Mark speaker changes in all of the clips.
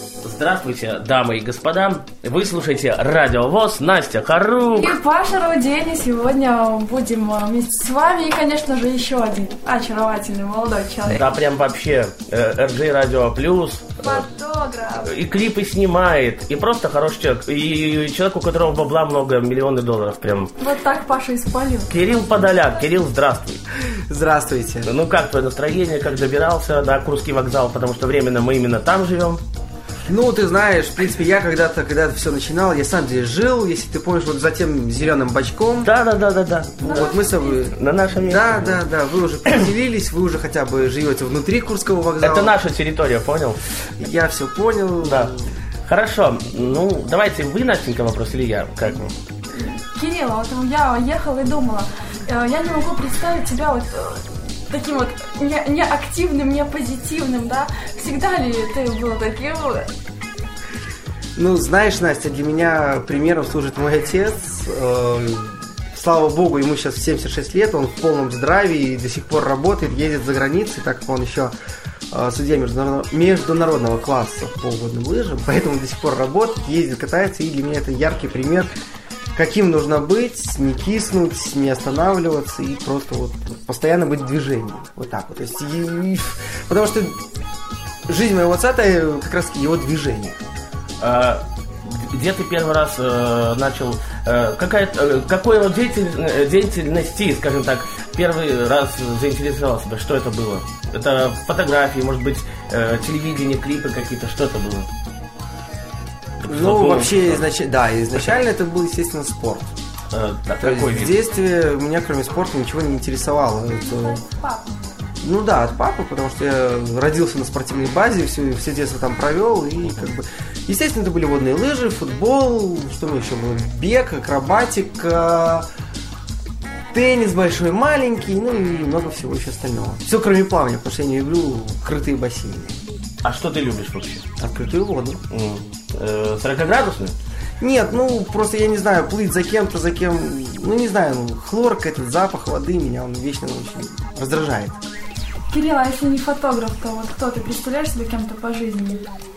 Speaker 1: Здравствуйте, дамы и господа. Вы слушаете Радио ВОС, Настя Харук
Speaker 2: и Паша Рудень. Сегодня будем вместе с вами и, конечно же, еще один очаровательный молодой человек.
Speaker 1: Да, прям вообще RJ Radio Plus.
Speaker 2: Фотограф.
Speaker 1: И клипы снимает, и просто хороший человек. И человек, у которого бабла много, миллионы долларов прям.
Speaker 2: Вот так Паша и спалил.
Speaker 1: Кирилл Подоляк. Кирилл, здравствуй.
Speaker 3: Здравствуйте.
Speaker 1: Ну как твое настроение, как добирался до Курский вокзал, потому что временно мы именно там живем.
Speaker 3: Ну, ты знаешь, в принципе, я когда-то все начинал, я сам здесь жил, если ты помнишь, вот за тем зеленым бачком.
Speaker 1: Да.
Speaker 3: Вот мы с тобой...
Speaker 1: На нашем месте.
Speaker 3: Да, вы уже переселились, вы уже хотя бы живете внутри Курского вокзала.
Speaker 1: Это наша территория, понял?
Speaker 3: Я все понял.
Speaker 1: Да. Хорошо, ну, давайте вы, Настенька, вопрос, или я, как вы?
Speaker 2: Кирилл, вот я ехала и думала, я не могу представить тебя вот... таким вот не активным, не позитивным, да? Всегда ли ты был таким?
Speaker 3: Ну, знаешь, Настя, для меня примером служит мой отец. Слава богу, ему сейчас 76 лет, он в полном здравии и до сих пор работает, ездит за границей, так как он еще судья международного класса по водным лыжам, поэтому до сих пор работает, ездит, катается, и для меня это яркий пример, каким нужно быть, не киснуть, не останавливаться и просто вот постоянно быть в движении. Вот так вот. То есть, потому что жизнь моего отца это как раз его движение.
Speaker 1: Где ты первый раз начал, какой род деятельности, скажем так, первый раз заинтересовал себя? Что это было? Это фотографии, может быть, телевидение, клипы какие-то, что это было?
Speaker 3: Ну, вообще, изначально это был, естественно, спорт. В детстве меня, кроме спорта, ничего не интересовало.
Speaker 2: От папы.
Speaker 3: Ну да, от папы, потому что я родился на спортивной базе, все детство там провел, и как бы... Естественно, это были водные лыжи, футбол, что мы еще было? Бег, акробатика, теннис большой, маленький, ну и много всего еще остального. Все, кроме плавания, потому что я не люблю крытые бассейны.
Speaker 1: А что ты любишь вообще?
Speaker 3: Открытую воду.
Speaker 1: 40-градусную?
Speaker 3: Нет, ну, просто я не знаю, плыть за кем-то, за кем... Ну, не знаю, хлорка, этот запах воды меня, он вечно очень раздражает.
Speaker 2: Кирилл, а если не фотограф, то вот кто ты? Представляешь себе кем-то по жизни?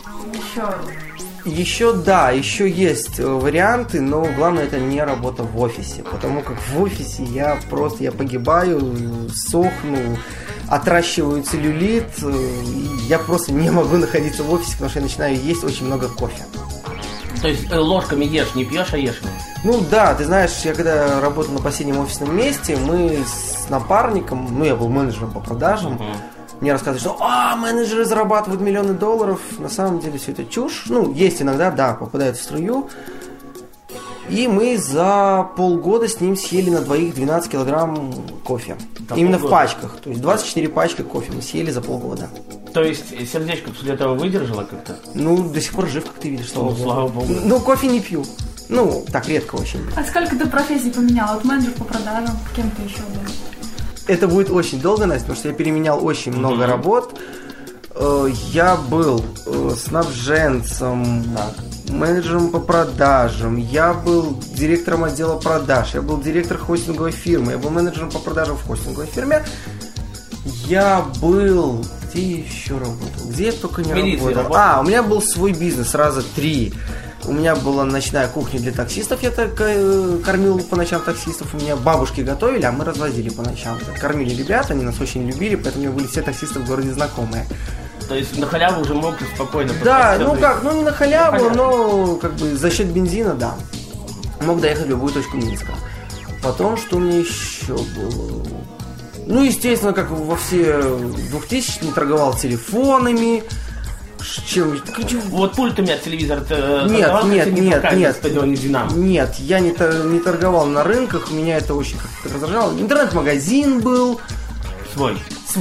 Speaker 3: Еще есть варианты, но главное это не работа в офисе, потому как в офисе я погибаю, сохну, отращиваю целлюлит, я просто не могу находиться в офисе, потому что я начинаю есть очень много кофе.
Speaker 1: То есть ложками ешь, не пьешь, а ешь?
Speaker 3: Ну да, ты знаешь, я когда работал на последнем офисном месте, мы с напарником, ну я был менеджером по продажам, мне рассказывают, что менеджеры зарабатывают миллионы долларов, на самом деле все это чушь, ну есть иногда, да, попадают в струю, и мы за полгода с ним съели на двоих 12 килограмм кофе, именно в пачках, то есть 24 пачки кофе мы съели за полгода.
Speaker 1: То есть сердечко после этого выдержало как-то?
Speaker 3: Ну, до сих пор жив, как ты видишь,
Speaker 1: слава богу.
Speaker 3: Ну, кофе не пью. Ну, так редко очень.
Speaker 2: А сколько ты профессий поменял? Вот менеджер по продажам, кем ты еще был?
Speaker 3: Это будет очень долго, Настя, потому что я переменял очень много работ. Я был снабженцем, менеджером по продажам, я был директором отдела продаж, я был директор хостинговой фирмы, я был менеджером по продажам в хостинговой фирме. Я был... Где я еще работал? Где я только не работал? У меня был свой бизнес, раза 3. У меня была ночная кухня для таксистов, я так кормил по ночам таксистов. У меня бабушки готовили, а мы развозили по ночам. Кормили ребят, они нас очень любили, поэтому у меня были все таксисты в городе знакомые.
Speaker 1: То есть на халяву уже мог спокойно...
Speaker 3: Да, не на халяву, но как бы за счет бензина, да. Мог доехать в любую точку Минска. Потом, что у меня еще было... Ну, естественно, как во все 2000-е, торговал телефонами.
Speaker 1: Вот пультами от телевизора
Speaker 3: Нет, Нет, я не торговал на рынках, меня это очень как-то раздражало. Интернет-магазин был.
Speaker 1: Свой.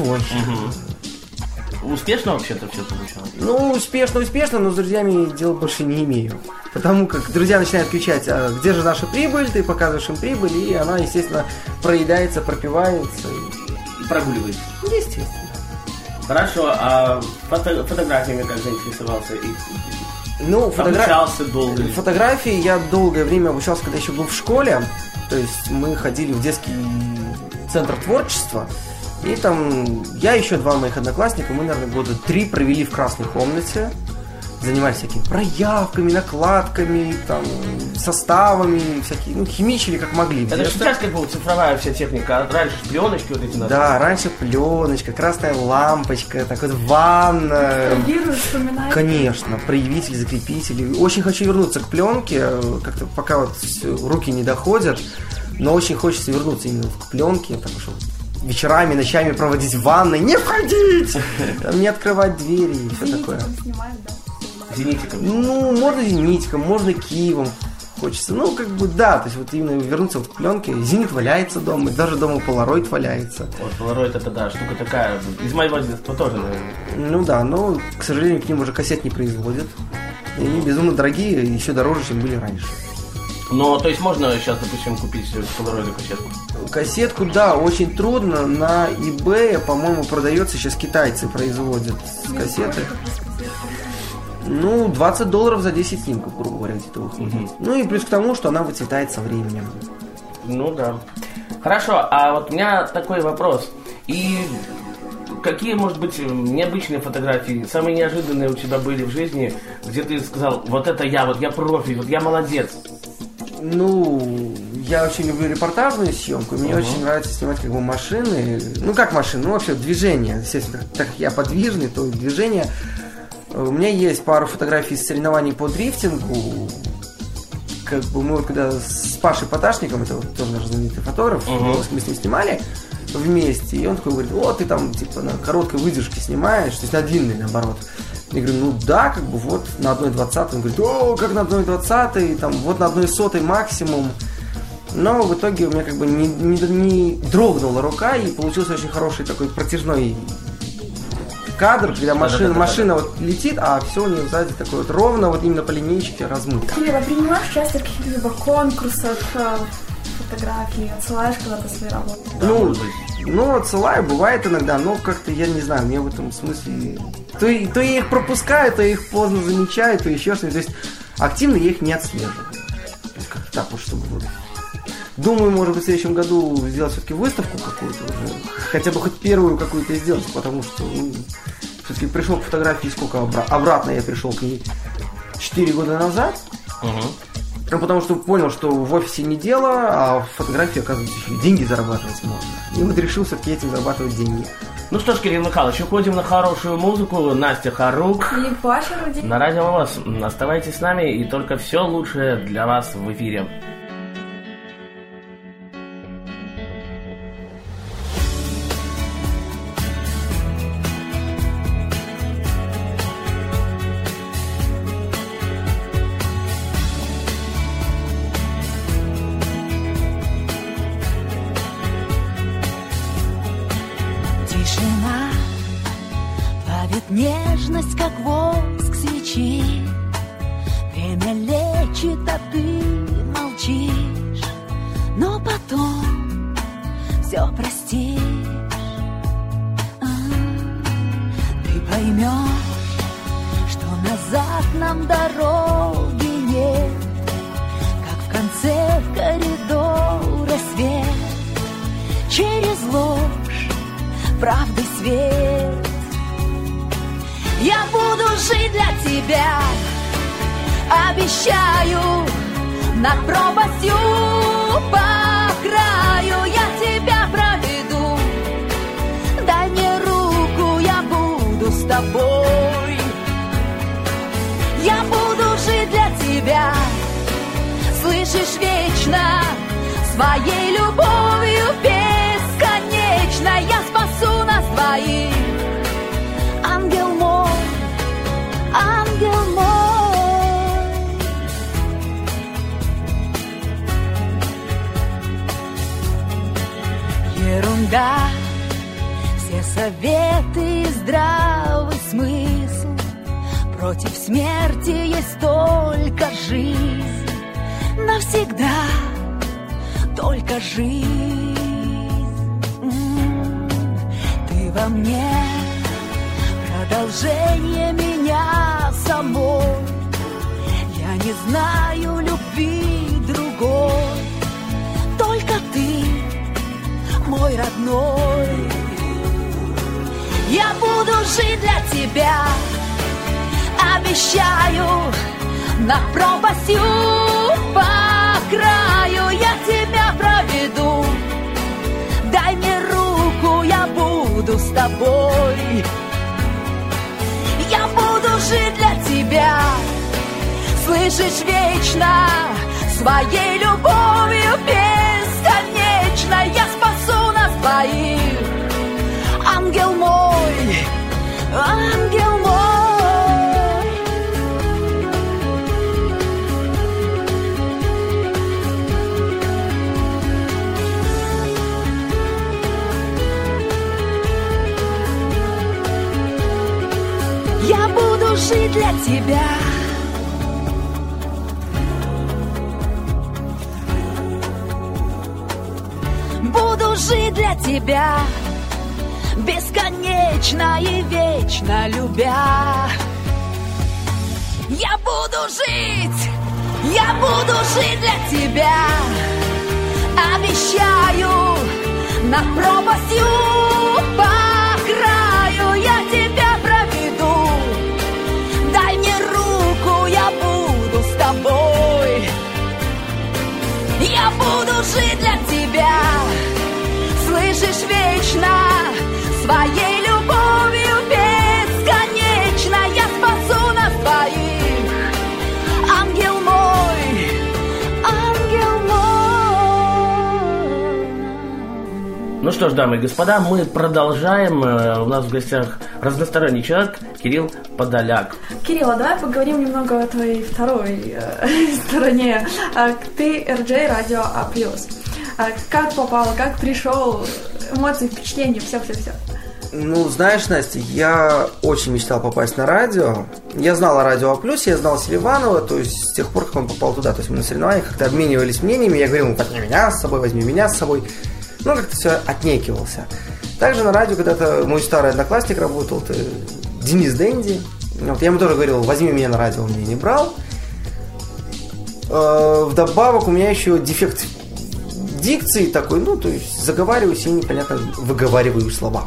Speaker 3: Угу.
Speaker 1: Успешно вообще-то все получалось?
Speaker 3: Ну, успешно, но с друзьями дел больше не имею. Потому как друзья начинают кричать, а где же наша прибыль, ты показываешь им прибыль, и она, естественно, проедается, пропивается.
Speaker 1: И прогуливается.
Speaker 3: Естественно.
Speaker 1: Хорошо, а фотографиями как заинтересовался?
Speaker 3: Обучался
Speaker 1: долго?
Speaker 3: Фотографии я долгое время обучался, когда еще был в школе. То есть мы ходили в детский центр творчества. И там я и еще 2 моих одноклассника, мы, наверное, года 3 провели в красной комнате. занимались всякими проявками, накладками, там, составами, всякие, химичили как могли.
Speaker 1: Это же сейчас как бы цифровая вся техника, а раньше пленочки вот эти наши.
Speaker 3: Да, раньше пленочка, красная лампочка, так вот ванна.
Speaker 2: Вирус вспоминать.
Speaker 3: Конечно, проявитель, закрепитель. Очень хочу вернуться к пленке, как-то пока вот руки не доходят, но очень хочется вернуться именно к пленке, потому что вечерами, ночами проводить в ванной, не входить, не открывать двери и все такое.
Speaker 2: Снимают, да?
Speaker 1: Зенитиком.
Speaker 3: Можно зенитиком, можно киевом. Хочется, да, то есть вот именно вернуться вот к пленке. Зенит валяется дома, даже дома Polaroid валяется.
Speaker 1: Вот, Polaroid это, да, штука такая, из моего детства тоже, наверное.
Speaker 3: Да, но, к сожалению, к ним уже кассет не производят. И они безумно дорогие, еще дороже, чем были раньше.
Speaker 1: Но, то есть можно сейчас, допустим, купить Polaroid кассетку?
Speaker 3: Кассетку, да, очень трудно. На eBay, по-моему, продается, сейчас китайцы производят кассеты. $20 за 10 снимков, грубо говоря, где-то выходит. И плюс к тому, что она выцветает со временем.
Speaker 1: Да. Хорошо, а вот у меня такой вопрос. И какие, может быть, необычные фотографии, самые неожиданные у тебя были в жизни, где ты сказал, вот это я профи, вот я молодец?
Speaker 3: Я очень люблю репортажную съемку. Мне очень нравится снимать как бы машины. Как машины? Вообще движение. Естественно, так как я подвижный, то движение. У меня есть пару фотографий с соревнований по дрифтингу. Как бы мы когда с Пашей Поташником, это вот тоже наш знаменитый фотограф, мы с ним снимали вместе, и он такой говорит, ты там типа на короткой выдержке снимаешь, то есть на длинной наоборот. Я говорю, да, как бы вот на 1.20. Он говорит, как на 1.20, там вот на 1.100 максимум. Но в итоге у меня как бы не дрогнула рука, и получился очень хороший такой протяжной кадр, когда машина вот летит, а все у нее сзади такое вот ровно, вот именно по линейке размыто.
Speaker 2: Кирилл, принимаешь участие в каких-либо конкурсах, фотографии, отсылаешь куда-то свои работы?
Speaker 3: Отсылаю, бывает иногда, но как-то, я не знаю, мне в этом смысле... То я их пропускаю, то я их поздно замечаю, то еще что-нибудь. То есть активно я их не отслеживаю. То есть как-то так вот, чтобы... Думаю, может быть, в следующем году сделать все-таки выставку какую-то уже. Хотя бы хоть первую какую-то сделать, потому что все-таки пришел к фотографии сколько обратно я пришел к ней 4 года назад. Потому что понял, что в офисе не дело, а в фотографии, оказывается, еще и деньги зарабатывать можно. И вот решил все-таки этим зарабатывать деньги.
Speaker 1: Ну что ж, Кирилл Михайлович, уходим на хорошую музыку. Настя Харук.
Speaker 2: И Паша Рудин.
Speaker 1: На Радио ВОС. Оставайтесь с нами, и только все лучшее для вас в эфире.
Speaker 4: Нежность, как воск свечи, время лечит, а ты молчишь, но потом все простишь. Ты поймешь, что назад нам дороги нет, как в конце коридора свет, через ложь правды свет. Я буду жить для тебя, обещаю, над пропастью по краю я тебя проведу. Дай мне руку, я буду с тобой. Я буду жить для тебя, слышишь, вечно, своей любовью бесконечно. Я спасу нас двоих. Ангел мой, ангел мой. Ерунда, все советы и здравый смысл. Против смерти есть только жизнь. Навсегда только жизнь. Ты во мне продолжение меня самой. Я не знаю любви другой, только ты, мой родной. Я буду жить для тебя, обещаю, над пропастью по краю я тебя проведу. Дай мне руку, я буду с тобой. Я буду жить для тебя, слышишь, вечно, своей любовью бесконечно. Я спасу нас двоих, ангел мой, ангел мой. Я буду жить для тебя. Буду жить для тебя, бесконечно и вечно любя. Я буду жить для тебя. Обещаю, над пропастью по краю я тебя проведу. Дай мне руку, я буду с тобой. Я буду жить для тебя, слышишь, вечно, своей любовью бесконечно. Я спасу нас двоих, ангел мой, ангел мой.
Speaker 1: Ну что ж, дамы и господа, мы продолжаем. У нас в гостях разносторонний человек Кирилл Подоляк.
Speaker 2: Кирилл, а давай поговорим немного о твоей второй стороне. Ты RJ Радио А+. Как попал, как пришел, эмоции, впечатления, все.
Speaker 3: Ну, знаешь, Настя, я очень мечтал попасть на радио. Я знал о Радио А+, я знал Селиванова, то есть с тех пор, как он попал туда. То есть мы на соревнованиях как-то обменивались мнениями. Я говорил ему: возьми меня с собой. Ну, как-то все отнекивался. Также на радио когда-то мой старый одноклассник работал, Денис Дэнди. Вот, я ему тоже говорил: возьми меня на радио, он меня не брал. Вдобавок у меня еще дефект дикции такой, ну, то есть заговариваюсь и непонятно выговариваю слова.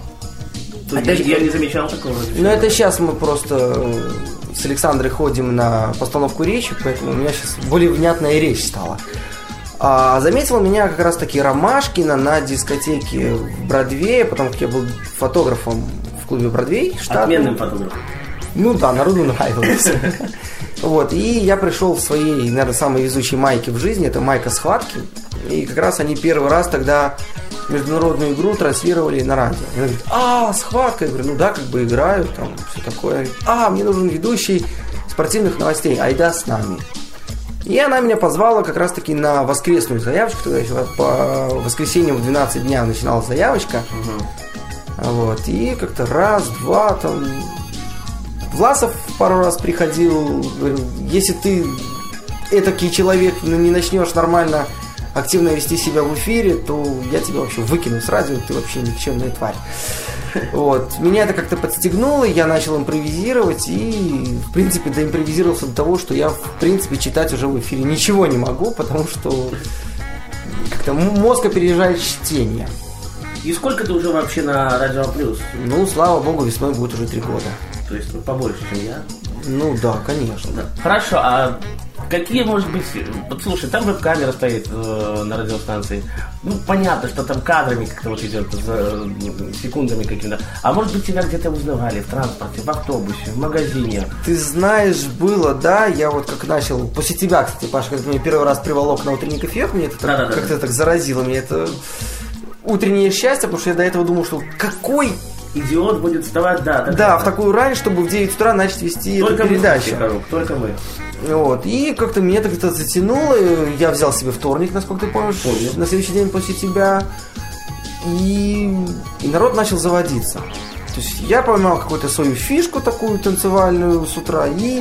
Speaker 1: Я не замечал такого.
Speaker 3: Ну, это сейчас мы просто с Александрой ходим на постановку речи, поэтому у меня сейчас более внятная речь стала. А заметила меня как раз таки Ромашкина на дискотеке в Бродвее, потому как я был фотографом в клубе Бродвей.
Speaker 1: Отменным фотографом.
Speaker 3: Ну да, народу нравилось. Вот, и я пришел в своей, наверное, самой везучей майке в жизни, это майка «Схватки». И как раз они первый раз тогда международную игру транслировали на радио. И она говорит: «Схватка». Я говорю: ну да, как бы играют, там, все такое. Мне нужен ведущий спортивных новостей, айда с нами. И она меня позвала как раз таки на воскресную заявочку, тогда еще по воскресеньям в 12 дня начиналась заявочка. Вот, и как-то раз-два там... Власов пару раз приходил, говорил: если ты этакий человек, не начнешь нормально активно вести себя в эфире, то я тебя вообще выкину с радио, ты вообще никчемная тварь. Вот. Меня это как-то подстегнуло, я начал импровизировать и, в принципе, доимпровизировался до того, что я, в принципе, читать уже в эфире ничего не могу, потому что как-то мозг опережает чтение.
Speaker 1: И сколько ты уже вообще на Радио А+?
Speaker 3: Ну, слава богу, весной будет уже 3 года.
Speaker 1: То есть побольше, чем я?
Speaker 3: Ну да, конечно.
Speaker 1: Да. Хорошо, а какие, может быть... Вот слушай, там веб-камера стоит на радиостанции. Ну, понятно, что там кадрами как-то вот идет, секундами какими-то. А может быть, тебя где-то узнавали в транспорте, в автобусе, в магазине?
Speaker 3: Ты знаешь, было, да. Я вот как начал... После тебя, кстати, Паша, когда ты меня первый раз приволок на утренний кофеек, мне это как-то так заразило. Мне это утреннее счастье, потому что я до этого думал, что какой...
Speaker 1: Идиот будет вставать,
Speaker 3: да, в такую рань, чтобы в 9 утра начать вести эту передачу.
Speaker 1: Только мы.
Speaker 3: Вот. И как-то меня это как-то затянуло. Я взял себе вторник, насколько ты помнишь, на следующий день после тебя. И народ начал заводиться. То есть я поймал какую-то свою фишку такую танцевальную с утра. И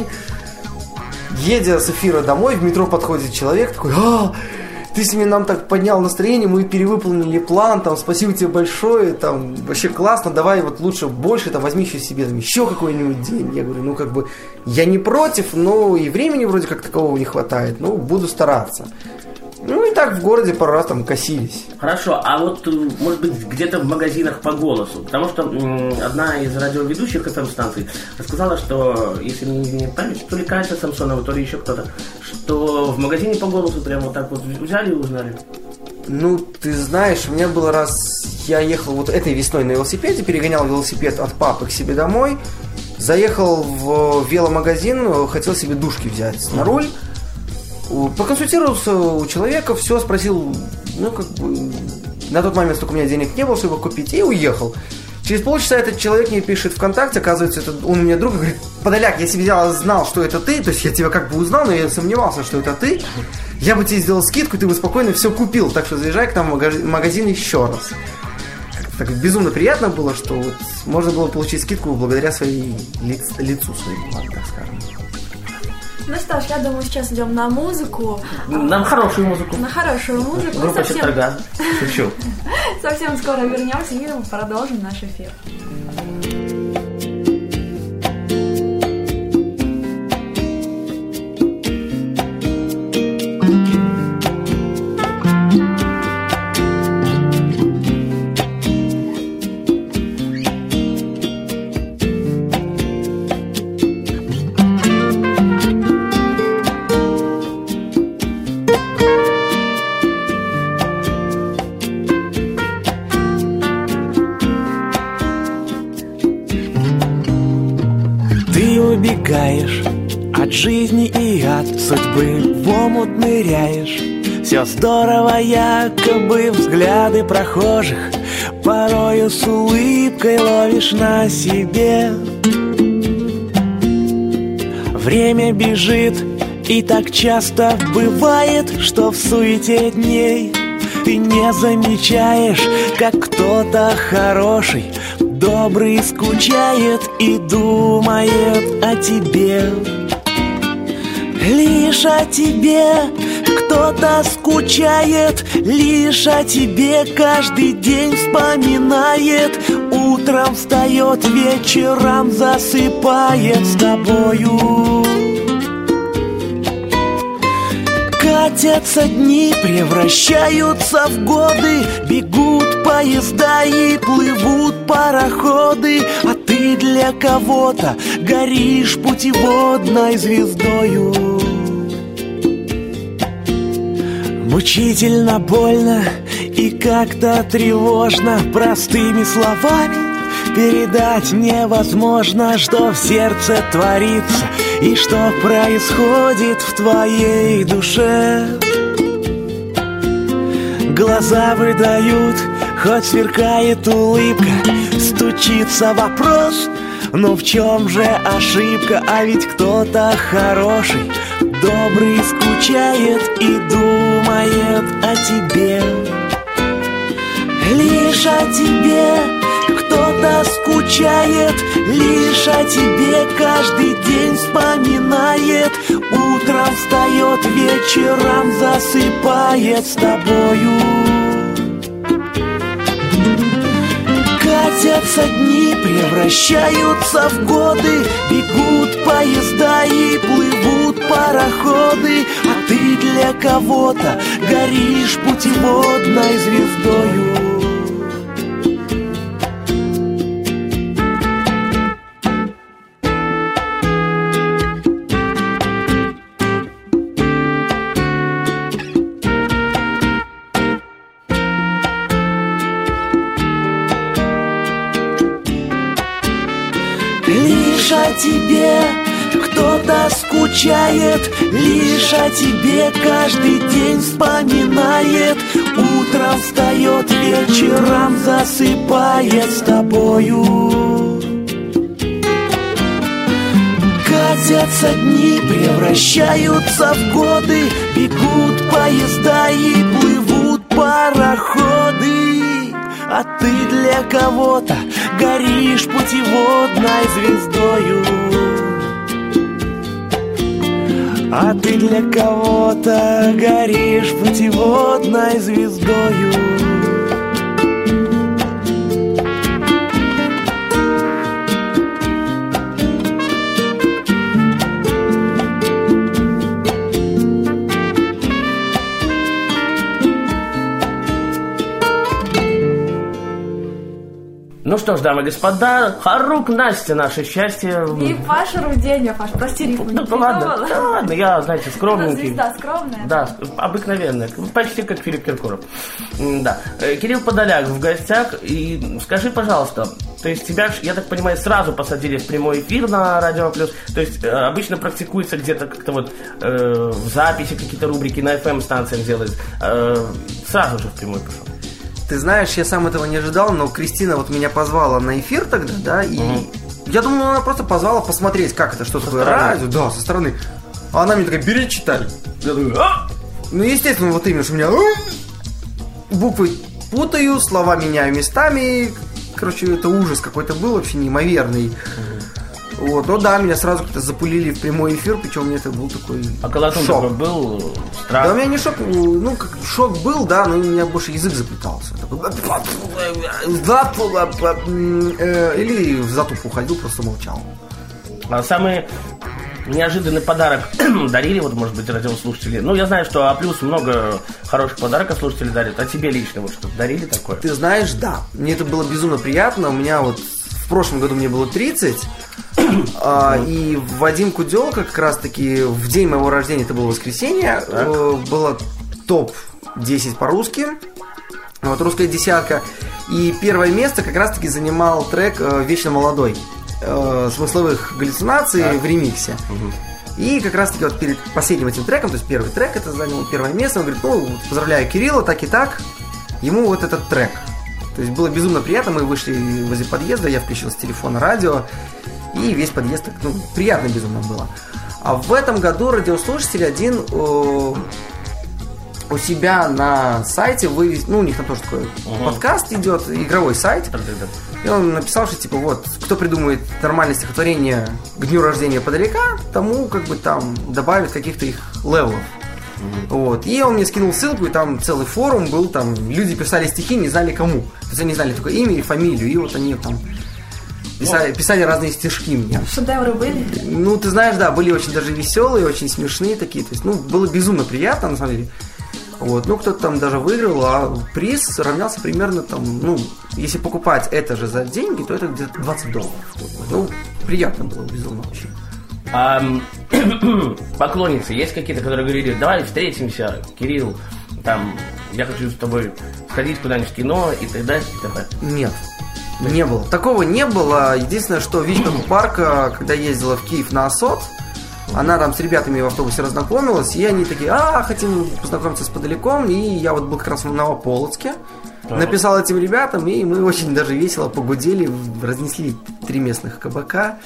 Speaker 3: едя с эфира домой, в метро подходит человек такой: ты сегодня нам так поднял настроение, мы перевыполнили план, там, спасибо тебе большое, там, вообще классно, давай вот лучше больше, там, возьми еще себе, там, еще какой-нибудь день. Я говорю: ну, как бы, я не против, но и времени вроде как такового не хватает, ну, буду стараться. Ну, и так в городе пару раз там косились.
Speaker 1: Хорошо, а вот, может быть, где-то в магазинах по голосу? Потому что одна из радиоведущих FM-станций рассказала, что, если не память, то ли Катя Самсонова, то ли еще кто-то, что в магазине по голосу прямо вот так вот взяли и узнали.
Speaker 3: Ну, ты знаешь, у меня был раз... Я ехал вот этой весной на велосипеде, перегонял велосипед от папы к себе домой, заехал в веломагазин, хотел себе душки взять на руль, поконсультировался у человека, все спросил, ну, как бы... На тот момент столько у меня денег не было, чтобы купить, и уехал. Через полчаса этот человек мне пишет ВКонтакте, оказывается, это он у меня друг, говорит: Подоляк, я себе знал, что это ты, то есть я тебя как бы узнал, но я сомневался, что это ты. Я бы тебе сделал скидку, ты бы спокойно все купил, так что заезжай к нам в магазин еще раз. Как-то так безумно приятно было, что вот можно было получить скидку благодаря своей лицу своему, так скажем.
Speaker 2: Ну что ж, я думаю, сейчас идем на музыку.
Speaker 1: Нам хорошую музыку.
Speaker 2: На хорошую музыку.
Speaker 1: Группа Четверга. Шучу.
Speaker 2: Совсем скоро вернемся и продолжим наш эфир.
Speaker 5: Убегаешь от жизни и от судьбы, в омут ныряешь. Все здорово, якобы взгляды прохожих порою с улыбкой ловишь на себе. Время бежит, и так часто бывает, что в суете дней ты не замечаешь, как кто-то хороший, добрый скучает и думает о тебе. Лишь о тебе кто-то скучает, лишь о тебе каждый день вспоминает. Утром встает, вечером засыпает с тобою. Катятся дни, превращаются в годы, бегут поезда и плывут пароходы, а ты для кого-то горишь путеводной звездою. Мучительно больно и как-то тревожно, простыми словами передать невозможно, что в сердце творится и что происходит в твоей душе. Глаза выдают, хоть сверкает улыбка, стучится вопрос: ну в чем же ошибка? А ведь кто-то хороший, добрый скучает и думает о тебе. Лишь о тебе кто-то скучает, лишь о тебе каждый день вспоминает. Утром встает, вечером засыпает с тобою. Катятся дни, превращаются в годы, бегут поезда и плывут пароходы, а ты для кого-то горишь путеводной звездою. Лишь о тебе кто-то скучает, лишь о тебе каждый день вспоминает. Утром встает, вечером засыпает с тобою. Катятся дни, превращаются в годы, бегут поезда и плывут пароходы, а ты для кого-то горишь путеводной звездою. А ты для кого-то горишь путеводной звездою.
Speaker 1: Ну что ж, дамы и господа, Харук Настя, наше счастье.
Speaker 2: И Паша Руденя, Паш, прости, рифму не придумала.
Speaker 1: Да ладно, я, знаете, скромненький.
Speaker 2: Звезда скромная.
Speaker 1: Да, обыкновенная, почти как Филипп Киркоров. Да. Кирилл Подоляк в гостях. И скажи, пожалуйста, то есть тебя, я так понимаю, сразу посадили в прямой эфир на Радио Плюс. То есть обычно практикуется где-то как-то вот в записи какие-то рубрики на FM-станциях делают. Сразу же в прямой пошел.
Speaker 3: Ты знаешь, я сам этого не ожидал, но Кристина вот меня позвала на эфир тогда, да, и я думал, она просто позвала посмотреть, как это, что такое радио, да, со стороны. А она мне такая, бери, читай. Я думаю, Ну, естественно, вот именно, что у меня буквы путаю, слова меняю местами. Короче, это ужас какой-то был, вообще неимоверный. Вот, ну да, меня сразу как-то запулили в прямой эфир, причем у меня это был такой
Speaker 1: шок. Такой был, страх?
Speaker 3: Да, у меня не шок, ну, как шок был, да, но у меня больше язык заплетался. Или в затуп уходил, просто молчал.
Speaker 1: А самый неожиданный подарок дарили, вот, может быть, радиослушатели? Ну, я знаю, что А+, много хороших подарков слушатели дарят, а тебе лично вот что-то дарили такое?
Speaker 3: Ты знаешь, да, мне это было безумно приятно, у меня вот в прошлом году мне было 30, и Вадим Куделка как раз-таки в день моего рождения, это было воскресенье, было топ-10 по-русски, вот русская десятка, и первое место как раз-таки занимал трек «Вечно молодой», смысловых галлюцинаций в ремиксе. И как раз-таки вот перед последним этим треком, то есть первый трек, это занял первое место, он говорит, ну, поздравляю Кирилла, так и так, ему вот этот трек. То есть было безумно приятно, мы вышли возле подъезда, я включил с телефона радио, и весь подъезд, ну, приятно безумно было. А в этом году радиослушатель один у себя на сайте вывез, ну, у них там тоже такой подкаст идет, игровой сайт, и он написал, что типа вот, кто придумает нормальное стихотворение к дню рождения Подоляка, тому как бы там добавят каких-то их левелов. Вот. И он мне скинул ссылку, и там целый форум был, там люди писали стихи, не знали кому. То есть они знали только имя и фамилию, и вот они там писали разные стишки мне.
Speaker 2: Шедевры были?
Speaker 3: Ну, ты знаешь, да, были очень даже веселые, очень смешные такие. То есть, ну, было безумно приятно, на самом деле. Вот, ну, кто-то там даже выиграл, а приз равнялся примерно там, ну, если покупать это же за деньги, то это где-то $20. Ну, приятно было, безумно вообще.
Speaker 1: А поклонницы есть какие-то, которые говорили, давай встретимся, Кирилл, там, я хочу с тобой сходить куда-нибудь в кино и так далее, и так далее?
Speaker 3: Нет, не было. Такого не было. Единственное, что Вичка Купарка, когда ездила в Киев на АСОТ, она там с ребятами в автобусе разнакомилась, и они такие, хотим познакомиться с Подоляком, и я вот был как раз в Новополоцке, написал этим ребятам, и мы очень даже весело погудели, разнесли 3 местных кабака.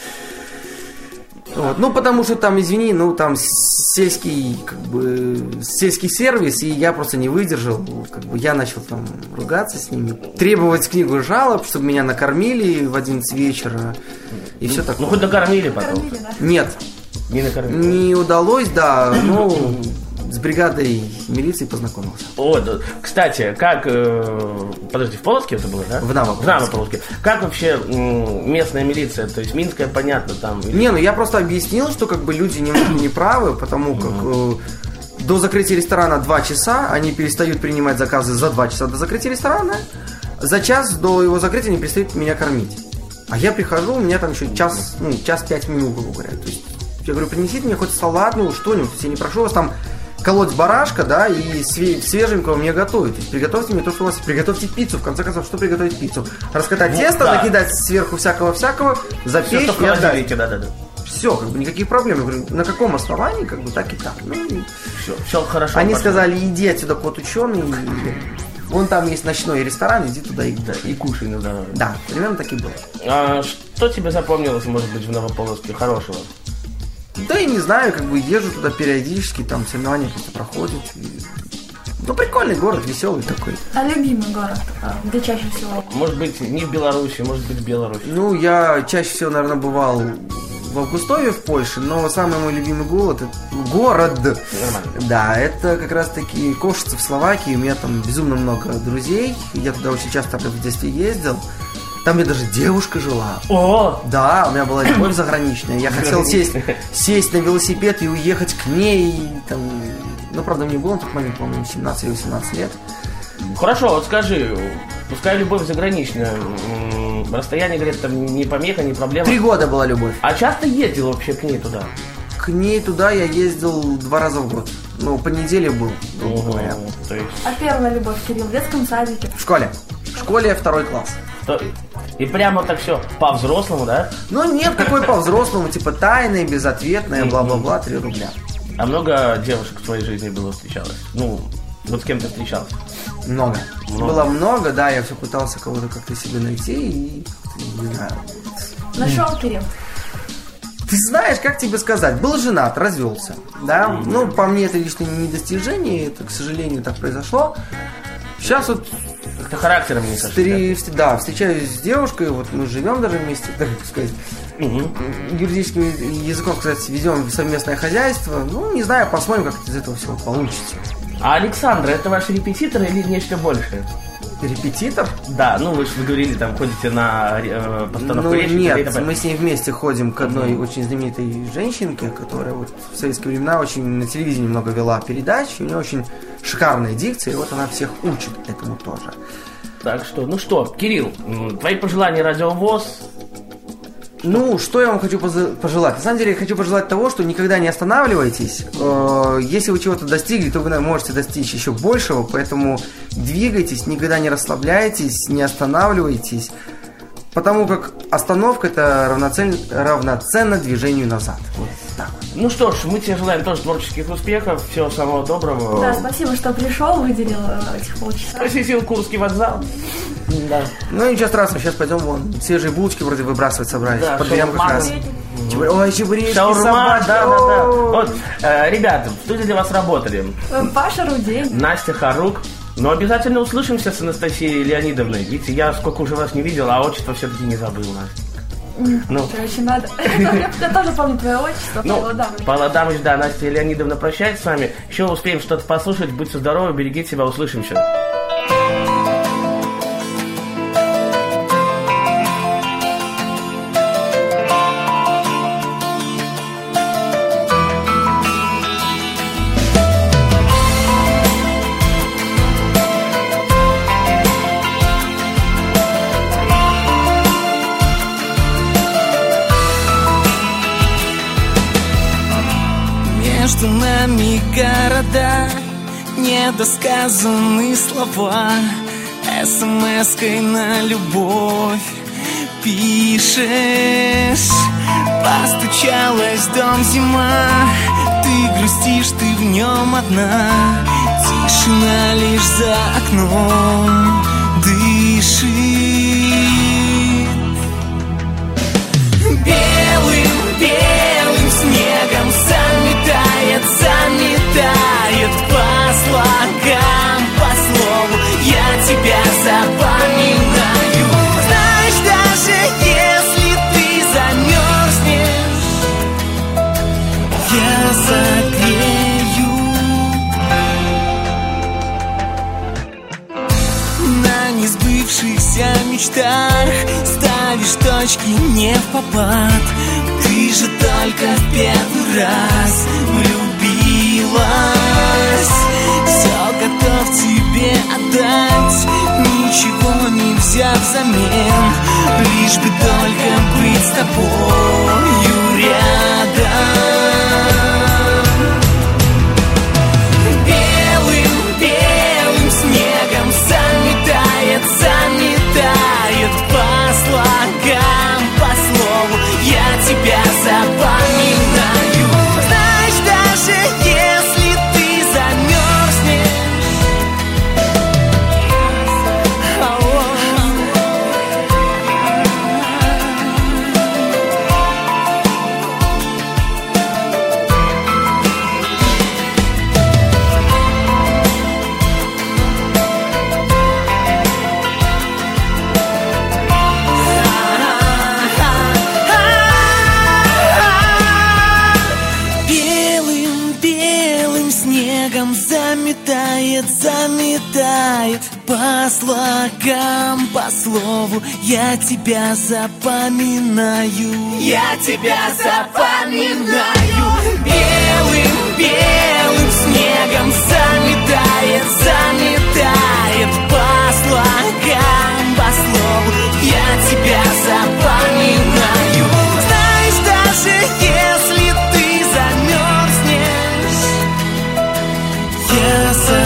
Speaker 3: Вот. Ну, потому что там, извини, ну, там сельский, как бы, сельский сервис, и я просто не выдержал, как бы, я начал там ругаться с ними, требовать книгу жалоб, чтобы меня накормили в 11 вечера, и все такое.
Speaker 1: Ну, хоть накормили потом.
Speaker 2: Кормили, да?
Speaker 3: Нет.
Speaker 1: Не накормили?
Speaker 3: Не удалось, да, но с бригадой милиции познакомился.
Speaker 1: О, да. Кстати, как... подожди, в Полоцке это было, да?
Speaker 3: В Новополоцке.
Speaker 1: В Новополоцке. Как вообще местная милиция? То есть Минская, понятно, там...
Speaker 3: Не, ну я просто объяснил, что как бы люди немного не правы, потому как до закрытия ресторана 2 часа, они перестают принимать заказы за 2 часа до закрытия ресторана, за час до его закрытия они перестают меня кормить. А я прихожу, у меня там еще час 5 минут, грубо говоря. То есть я говорю, принесите мне хоть салат, ну что-нибудь, я не прошу вас там колоть барашка, да, и свеженького мне готовить. То есть приготовьте мне то, что у вас есть. Приготовьте пиццу, в конце концов, что приготовить пиццу? Раскатать тесто, накидать сверху всякого-всякого, запечь и отдать.
Speaker 1: Да.
Speaker 3: Все, как бы никаких проблем. Я говорю, на каком основании, как бы так и так. Ну, и
Speaker 1: все хорошо.
Speaker 3: Они сказали, иди отсюда, кот ученый. Вон там есть ночной ресторан, иди туда и
Speaker 1: кушай иногда.
Speaker 3: Да, примерно так и было.
Speaker 1: А что тебе запомнилось, может быть, в Новополоцке хорошего?
Speaker 3: Да я не знаю, как бы езжу туда периодически, там соревнования просто проходят. Ну, прикольный город, веселый такой.
Speaker 2: А любимый город, где чаще всего?
Speaker 1: Может быть, не в Беларуси, может быть, в Беларуси.
Speaker 3: Ну, я чаще всего, наверное, бывал в Августове, в Польше, но самый мой любимый город,
Speaker 1: Нормально.
Speaker 3: Да, это как раз-таки Кошице в Словакии. У меня там безумно много друзей. Я туда очень часто в детстве ездил. Там у меня даже девушка жила.
Speaker 1: О!
Speaker 3: Да, у меня была любовь заграничная. Я хотел сесть на велосипед и уехать к ней. Там, ну, правда, мне было на тот момент, по-моему, 17 или 18 лет.
Speaker 1: Хорошо, вот скажи, Пускай любовь заграничная. Расстояние, говорят, там не помеха, не проблема.
Speaker 3: 3 года была любовь.
Speaker 1: А часто ездил вообще к ней туда?
Speaker 3: К ней туда я ездил 2 раза в год. Ну, по неделе был, грубо говоря.
Speaker 1: То есть...
Speaker 2: А первая любовь, Кирилл, в детском садике?
Speaker 3: В школе. В школе 2 класс.
Speaker 1: И прямо так все по-взрослому, да?
Speaker 3: Ну, нет, какой по-взрослому, типа тайное, безответное, бла-бла-бла, 3 рубля.
Speaker 1: А много девушек в твоей жизни было встречалось? Ну, вот с кем ты встречался?
Speaker 3: Много. Было много, да, я все пытался кого-то как-то себе найти и, не знаю.
Speaker 2: Нашел, Кирилл?
Speaker 3: Ты знаешь, как тебе сказать, был женат, развелся, да, ну, по мне это лично не достижение, это, к сожалению, так произошло. Сейчас вот...
Speaker 1: Как-то характером не сошли,
Speaker 3: да, встречаюсь с девушкой, вот мы живем даже вместе, так сказать, юридическим языком сказать, ведем совместное хозяйство, ну, не знаю, посмотрим, как из этого всего получится.
Speaker 1: А Александра, это ваш репетитор или нечто большее?
Speaker 3: Репетитор?
Speaker 1: Да, ну вы же говорили, там ходите на постановку речи.
Speaker 3: Нет, мы с ней вместе ходим к одной очень знаменитой женщинке, которая вот в советские времена очень на телевидении много вела передач, у нее очень шикарная дикция, и вот она всех учит этому тоже.
Speaker 1: Так что, ну что, Кирилл, твои пожелания Радио ВОС?
Speaker 3: Ну, что я вам хочу пожелать? На самом деле, я хочу пожелать того, что никогда не останавливайтесь. Если вы чего-то достигли, то вы можете достичь еще большего, поэтому двигайтесь, никогда не расслабляйтесь, не останавливайтесь, потому как остановка – это равноценно движению назад. Вот так.
Speaker 1: Ну что ж, мы тебе желаем тоже творческих успехов, всего самого доброго.
Speaker 2: Да, спасибо, что пришел, выделил этих полчаса.
Speaker 1: Посетил Курский вокзал. Да.
Speaker 3: Ну ничего страшного, сейчас пойдем вон свежие булочки вроде выбрасывать собрались.
Speaker 1: Да,
Speaker 3: подберем как раз. Ой, чебуречки,
Speaker 1: Шаурма, да.
Speaker 3: О!
Speaker 1: Вот, ребята, в студии для вас работали
Speaker 2: Паша Рудень,
Speaker 1: Настя Харук. Но обязательно услышимся с Анастасией Леонидовной. Видите, я сколько уже вас не видел, а отчество все-таки не забыл, Настя. Ну.
Speaker 2: Короче, надо. Я тоже помню твое отчество,
Speaker 1: Ну,
Speaker 2: Павел Адамович.
Speaker 1: Павел Адамович, да, Настя Леонидовна прощается с вами. Еще успеем что-то послушать. Будьте здоровы, берегите себя, услышимся.
Speaker 5: Между нами города, недосказанные слова, СМС-кой на любовь пишешь. Постучалась в дом зима, ты грустишь, ты в нем одна. Тишина лишь за окном дышит. Белым снегом заметает по слогам, по слову я тебя запоминаю. Знаешь, даже если ты замерзнешь, я согрею. На несбывшихся мечтах ставишь точки не в попад. Ты же только в первый раз влюбилась. Все готов тебе отдать, ничего не взяв взамен, лишь бы только быть с тобою рядом. Белым снегом заметает по слогам, по слову я тебя запоминаю. Знаешь, даже если ты замерзнешь, заметает по слогам, по слову я тебя запоминаю. Я тебя запоминаю. Белым снегом заметает по слогам. Если